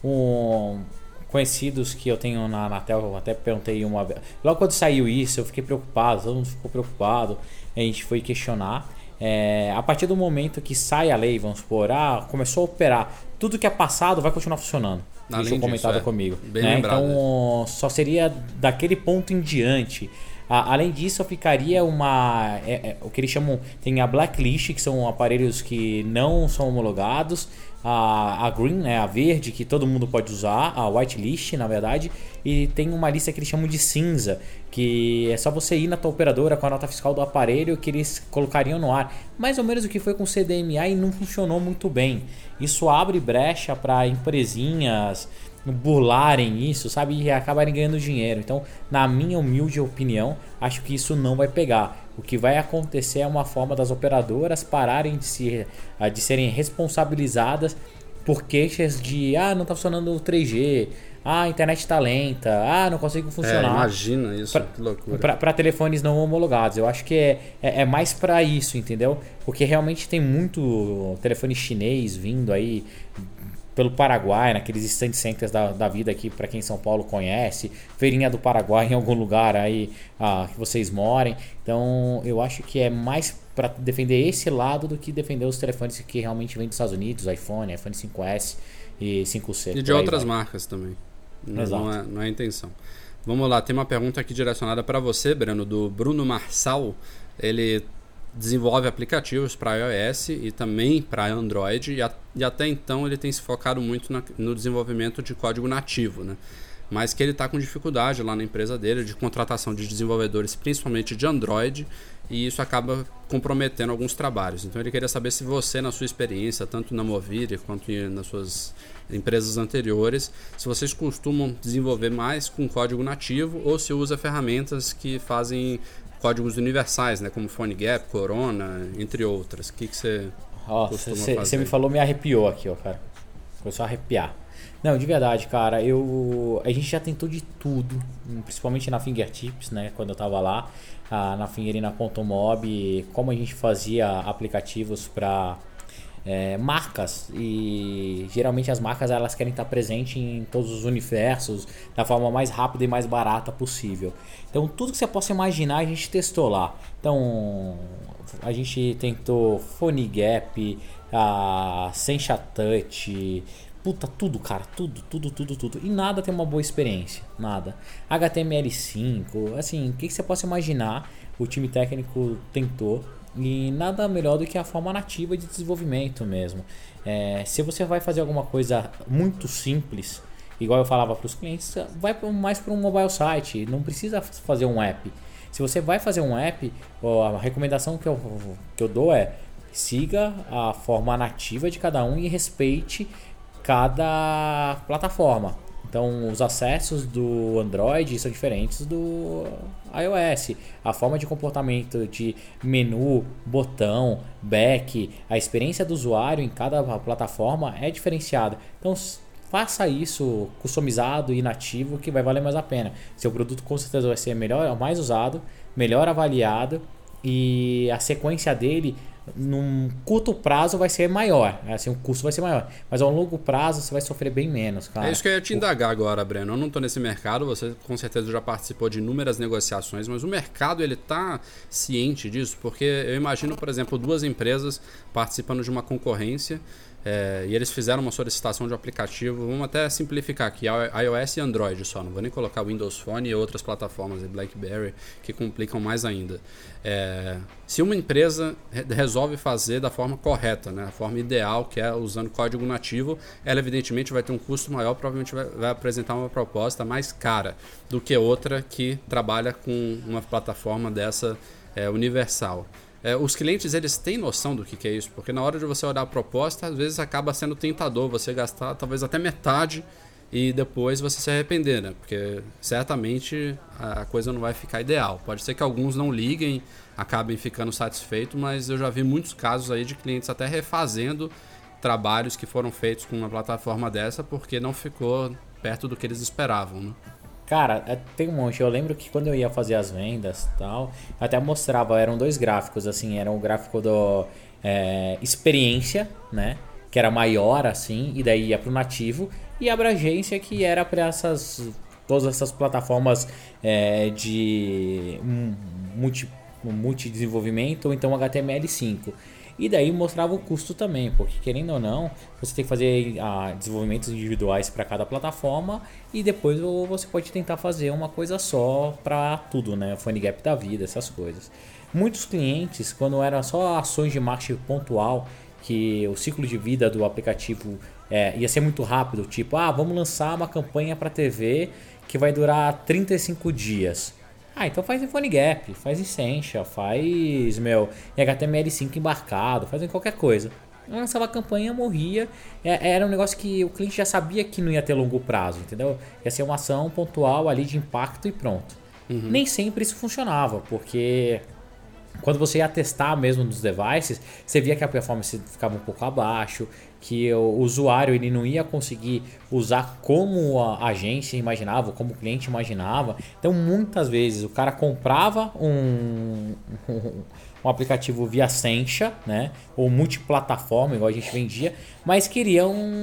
Conhecidos que eu tenho na Anatel, eu até perguntei uma vez. Logo quando saiu isso, eu fiquei preocupado, todo mundo ficou preocupado. A gente foi questionar. A partir do momento que sai a lei, vamos supor, começou a operar, tudo que é passado vai continuar funcionando. Isso foi comentado comigo. Né? Então, só seria daquele ponto em diante. Além disso, ficaria o que eles chamam, tem a blacklist, que são aparelhos que não são homologados, a green, né, a verde, que todo mundo pode usar, a whitelist, na verdade, e tem uma lista que eles chamam de cinza, que é só você ir na tua operadora com a nota fiscal do aparelho que eles colocariam no ar. Mais ou menos o que foi com o CDMA e não funcionou muito bem. Isso abre brecha para empresinhas burlarem isso, sabe, e acabarem ganhando dinheiro. Então, na minha humilde opinião, acho que isso não vai pegar. O que vai acontecer é uma forma das operadoras pararem de serem responsabilizadas por queixas de não está funcionando o 3G, a internet está lenta, não consigo funcionar. Imagina isso, que loucura. Para telefones não homologados. Eu acho que é mais para isso, entendeu? Porque realmente tem muito telefone chinês vindo aí pelo Paraguai, naqueles stand centers da vida aqui, para quem São Paulo conhece, feirinha do Paraguai em algum lugar aí que vocês morem. Então eu acho que é mais para defender esse lado do que defender os telefones que realmente vêm dos Estados Unidos, iPhone 5S e 5C. E de outras marcas também. Não é a intenção. Vamos lá, tem uma pergunta aqui direcionada para você, Breno, do Bruno Marçal. Ele desenvolve aplicativos para iOS e também para Android e até então ele tem se focado muito no desenvolvimento de código nativo, né? Mas que ele está com dificuldade lá na empresa dele de contratação de desenvolvedores, principalmente de Android, e isso acaba comprometendo alguns trabalhos. Então ele queria saber se você, na sua experiência, tanto na Movile quanto nas suas empresas anteriores, se vocês costumam desenvolver mais com código nativo ou se usa ferramentas que fazem códigos universais, né, como PhoneGap, Corona, entre outras. O que você costuma fazer? Você me falou, me arrepiou aqui, cara. Começou a arrepiar. Não, de verdade, cara, a gente já tentou de tudo, principalmente na Fingertips, né, quando eu tava lá, na Finger e na Pontomob, como a gente fazia aplicativos para marcas, e geralmente as marcas elas querem estar presentes em todos os universos da forma mais rápida e mais barata possível. Então tudo que você possa imaginar a gente testou lá. Então a gente tentou PhoneGap, a Sencha Touch, puta, tudo, cara, tudo. E nada tem uma boa experiência, nada. HTML5, assim, o que você possa imaginar, o time técnico tentou. E nada melhor do que a forma nativa de desenvolvimento mesmo. Se você vai fazer alguma coisa muito simples, igual eu falava para os clientes, vai mais para um mobile site, não precisa fazer um app. Se você vai fazer um app, a recomendação que eu dou é: siga a forma nativa de cada um e respeite cada plataforma. Então, os acessos do Android são diferentes do iOS. A forma de comportamento de menu, botão, back, a experiência do usuário em cada plataforma é diferenciada. Então, faça isso customizado e nativo, que vai valer mais a pena. Seu produto com certeza vai ser melhor, mais usado, melhor avaliado, e a sequência dele num curto prazo vai ser maior, assim, o custo vai ser maior, mas ao longo prazo você vai sofrer bem menos, cara. É isso que eu ia te indagar agora, Breno. Eu não estou nesse mercado, você com certeza já participou de inúmeras negociações, mas o mercado ele está ciente disso, porque eu imagino, por exemplo, duas empresas participando de uma concorrência. E eles fizeram uma solicitação de aplicativo, vamos até simplificar aqui, iOS e Android só, não vou nem colocar Windows Phone e outras plataformas, BlackBerry, que complicam mais ainda. Se uma empresa resolve fazer da forma correta, né, a forma ideal, que é usando código nativo, ela evidentemente vai ter um custo maior, provavelmente vai apresentar uma proposta mais cara do que outra que trabalha com uma plataforma dessa universal. Os clientes eles têm noção do que é isso, porque na hora de você olhar a proposta, às vezes acaba sendo tentador você gastar talvez até metade e depois você se arrepender, né? Porque certamente a coisa não vai ficar ideal. Pode ser que alguns não liguem, acabem ficando satisfeitos, mas eu já vi muitos casos aí de clientes até refazendo trabalhos que foram feitos com uma plataforma dessa porque não ficou perto do que eles esperavam, né? Cara, tem um monte. Eu lembro que quando eu ia fazer as vendas e tal, até mostrava, eram dois gráficos, assim, era o gráfico do experiência, né? Que era maior, assim, e daí ia pro nativo, e a abrangência que era para todas essas plataformas de multidesenvolvimento, ou então HTML5. E daí mostrava o custo também, porque querendo ou não, você tem que fazer desenvolvimentos individuais para cada plataforma e depois você pode tentar fazer uma coisa só para tudo, né? PhoneGap da vida, essas coisas. Muitos clientes, quando eram só ações de marketing pontual, que o ciclo de vida do aplicativo ia ser muito rápido, tipo, vamos lançar uma campanha para TV que vai durar 35 dias. Então faz em PhoneGap, faz em Sencha, faz em HTML5 embarcado, faz em qualquer coisa. Lançava a campanha, morria. Era um negócio que o cliente já sabia que não ia ter longo prazo, entendeu? Ia ser uma ação pontual ali de impacto e pronto. Uhum. Nem sempre isso funcionava, porque quando você ia testar mesmo nos devices, você via que a performance ficava um pouco abaixo, que o usuário ele não ia conseguir usar como a agência imaginava, como o cliente imaginava. Então muitas vezes o cara comprava um aplicativo via Sencha, né, ou multiplataforma, igual a gente vendia, mas queria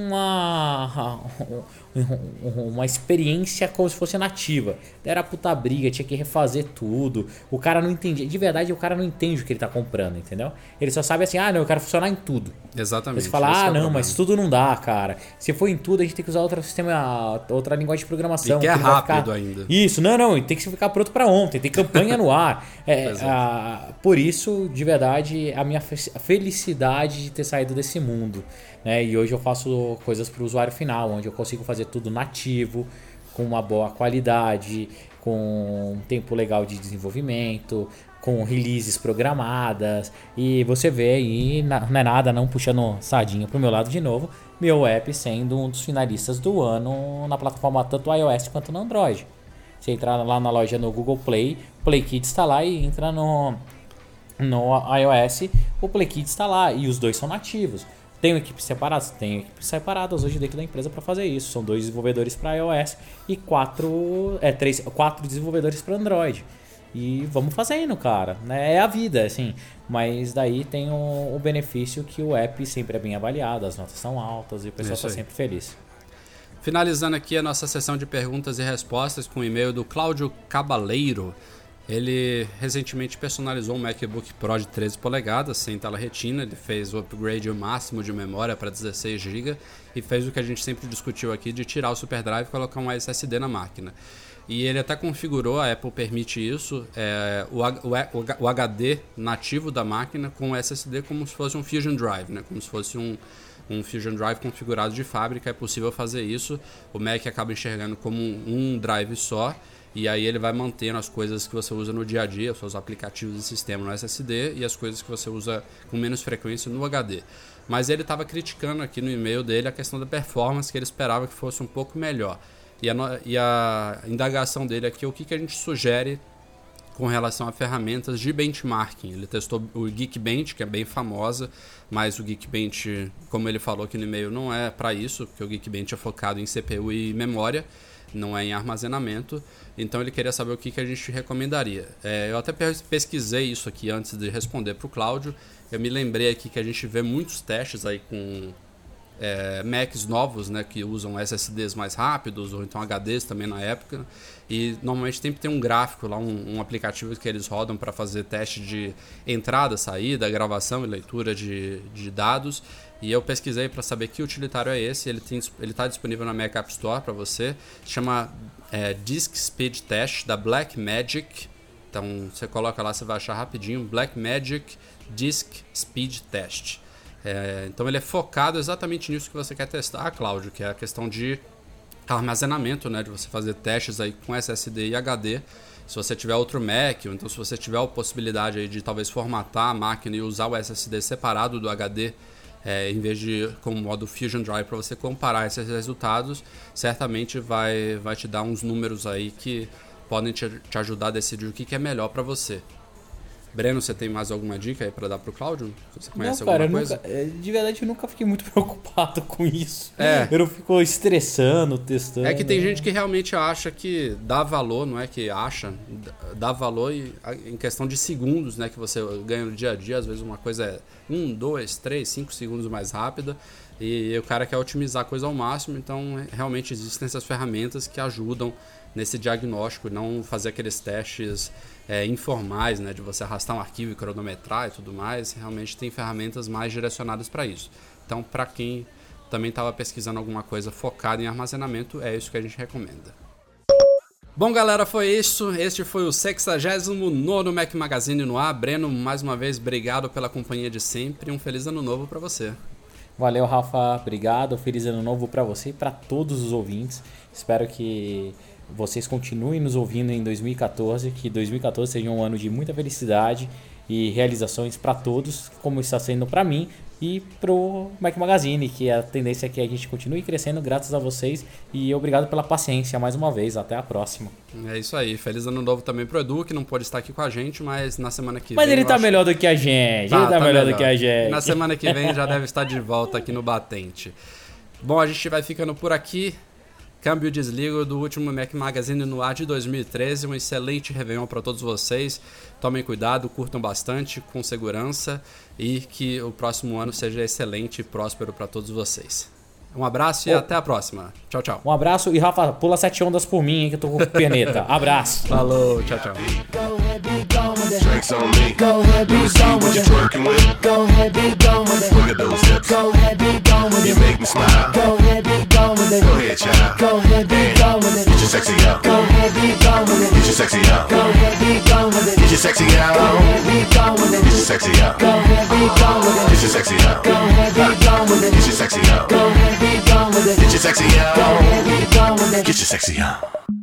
uma experiência como se fosse nativa. Era puta briga, tinha que refazer tudo. O cara não entendia. De verdade, o cara não entende o que ele tá comprando, entendeu? Ele só sabe assim, não, eu quero funcionar em tudo. Exatamente. Você fala, não, mas tudo não dá, cara. Se for em tudo, a gente tem que usar outra linguagem de programação. E que é rápido ainda. Isso, não, tem que ficar pronto para ontem, tem campanha no ar. Por isso, de verdade, a minha felicidade de ter saído desse mundo, né? E hoje eu faço coisas para o usuário final, onde eu consigo fazer tudo nativo, com uma boa qualidade, com um tempo legal de desenvolvimento, com releases programadas. E você vê aí, não é nada, não puxando sardinha pro meu lado de novo, meu app sendo um dos finalistas do ano na plataforma tanto iOS quanto no Android. Você entra lá na loja no Google Play, o Play Kids está lá, e entra no iOS, o Play Kids está lá, e os dois são nativos. Tem equipes separadas? Tem equipes separadas hoje dentro da empresa para fazer isso. São 2 desenvolvedores para iOS e 4 desenvolvedores para Android. E vamos fazendo, cara. É a vida, assim. Mas daí tem o benefício que o app sempre é bem avaliado, as notas são altas e o pessoal está sempre feliz. Finalizando aqui a nossa sessão de perguntas e respostas com o e-mail do Cláudio Cabaleiro. Ele recentemente personalizou um MacBook Pro de 13 polegadas, sem tela retina. Ele fez o upgrade máximo de memória para 16 GB e fez o que a gente sempre discutiu aqui de tirar o SuperDrive e colocar um SSD na máquina. E ele até configurou, a Apple permite isso, o HD nativo da máquina com o SSD como se fosse um Fusion Drive, né? Como se fosse um Fusion Drive configurado de fábrica. É possível fazer isso. O Mac acaba enxergando como um drive só. E aí ele vai mantendo as coisas que você usa no dia a dia, os seus aplicativos de sistema no SSD e as coisas que você usa com menos frequência no HD. Mas ele estava criticando aqui no e-mail dele a questão da performance, que ele esperava que fosse um pouco melhor. E a indagação dele aqui é o que a gente sugere com relação a ferramentas de benchmarking. Ele testou o Geekbench, que é bem famosa, mas o Geekbench, como ele falou aqui no e-mail, não é para isso, porque o Geekbench é focado em CPU e memória, não é em armazenamento. Então ele queria saber o que a gente recomendaria. Eu até pesquisei isso aqui antes de responder para o Cláudio. Eu me lembrei aqui que a gente vê muitos testes aí com Macs novos, né, que usam SSDs mais rápidos, ou então HDs também na época. E normalmente sempre tem um gráfico lá, um aplicativo que eles rodam para fazer teste de entrada, saída, gravação e leitura de dados. E eu pesquisei para saber que utilitário é esse. Ele está disponível na Mac App Store para você. Se chama Disk Speed Test da Blackmagic. Então você coloca lá, você vai achar rapidinho. Blackmagic Disk Speed Test. Então ele é focado exatamente nisso que você quer testar, Cláudio, que é a questão de armazenamento, né, de você fazer testes aí com SSD e HD. Se você tiver outro Mac, ou então se você tiver a possibilidade aí de talvez formatar a máquina e usar o SSD separado do HD, em vez de com o modo Fusion Drive, para você comparar esses resultados, certamente vai te dar uns números aí que podem te ajudar a decidir o que é melhor para você. Breno, você tem mais alguma dica aí pra dar pro Cláudio? Você conhece alguma coisa? De verdade, eu nunca fiquei muito preocupado com isso. Eu não fico estressando, testando. É que tem gente que realmente acha que dá valor, não é que acha, dá valor em questão de segundos, né, que você ganha no dia a dia. Às vezes uma coisa é 1, 2, 3, 5 segundos mais rápida e o cara quer otimizar a coisa ao máximo. Então realmente existem essas ferramentas que ajudam nesse diagnóstico, não fazer aqueles testes informais, né, de você arrastar um arquivo e cronometrar e tudo mais. Realmente tem ferramentas mais direcionadas para isso. Então, para quem também estava pesquisando alguma coisa focada em armazenamento, é isso que a gente recomenda. Bom, galera, foi isso. Este foi o 69º Mac Magazine no ar. Breno, mais uma vez, obrigado pela companhia de sempre. Um feliz ano novo para você. Valeu, Rafa. Obrigado. Feliz ano novo para você e para todos os ouvintes. Espero que vocês continuem nos ouvindo em 2014, que 2014 seja um ano de muita felicidade e realizações para todos, como está sendo para mim e pro Mac Magazine, que a tendência é que a gente continue crescendo graças a vocês, e obrigado pela paciência mais uma vez. Até a próxima. É isso aí. Feliz ano novo também pro Edu, que não pode estar aqui com a gente, mas na semana que vem... Mas ele tá melhor do que a gente. Ele tá melhor do que a gente. Na semana que vem já deve estar de volta aqui no Batente. Bom, a gente vai ficando por aqui. Câmbio e desligo do último Mac Magazine no ar de 2013. Um excelente Réveillon para todos vocês. Tomem cuidado, curtam bastante, com segurança, e que o próximo ano seja excelente e próspero para todos vocês. Um abraço e até a próxima. Tchau, tchau. Um abraço e, Rafa, pula 7 ondas por mim, hein, que eu tô com perneta. Abraço. Falou, tchau, tchau. Drinks on me. Go ahead, be gone with it. Go ahead, be gone with it. Look at those hips. Go ahead, be gone with it. You make me smile. Go ahead, be gone with it. Go ahead, child. Go ahead, be gone with it. Get your sexy out. Go ahead, be gone with it. Get your sexy out. Go ahead, be gone with it. Get your sexy out. Go ahead, be gone with it. Get your sexy out. Go ahead, be gone with it. Get your sexy out. Go ahead, be gone with it. Get your sexy out. Go ahead, be gone with it. Get your sexy out. Go ahead, be gone with it. Get your sexy out.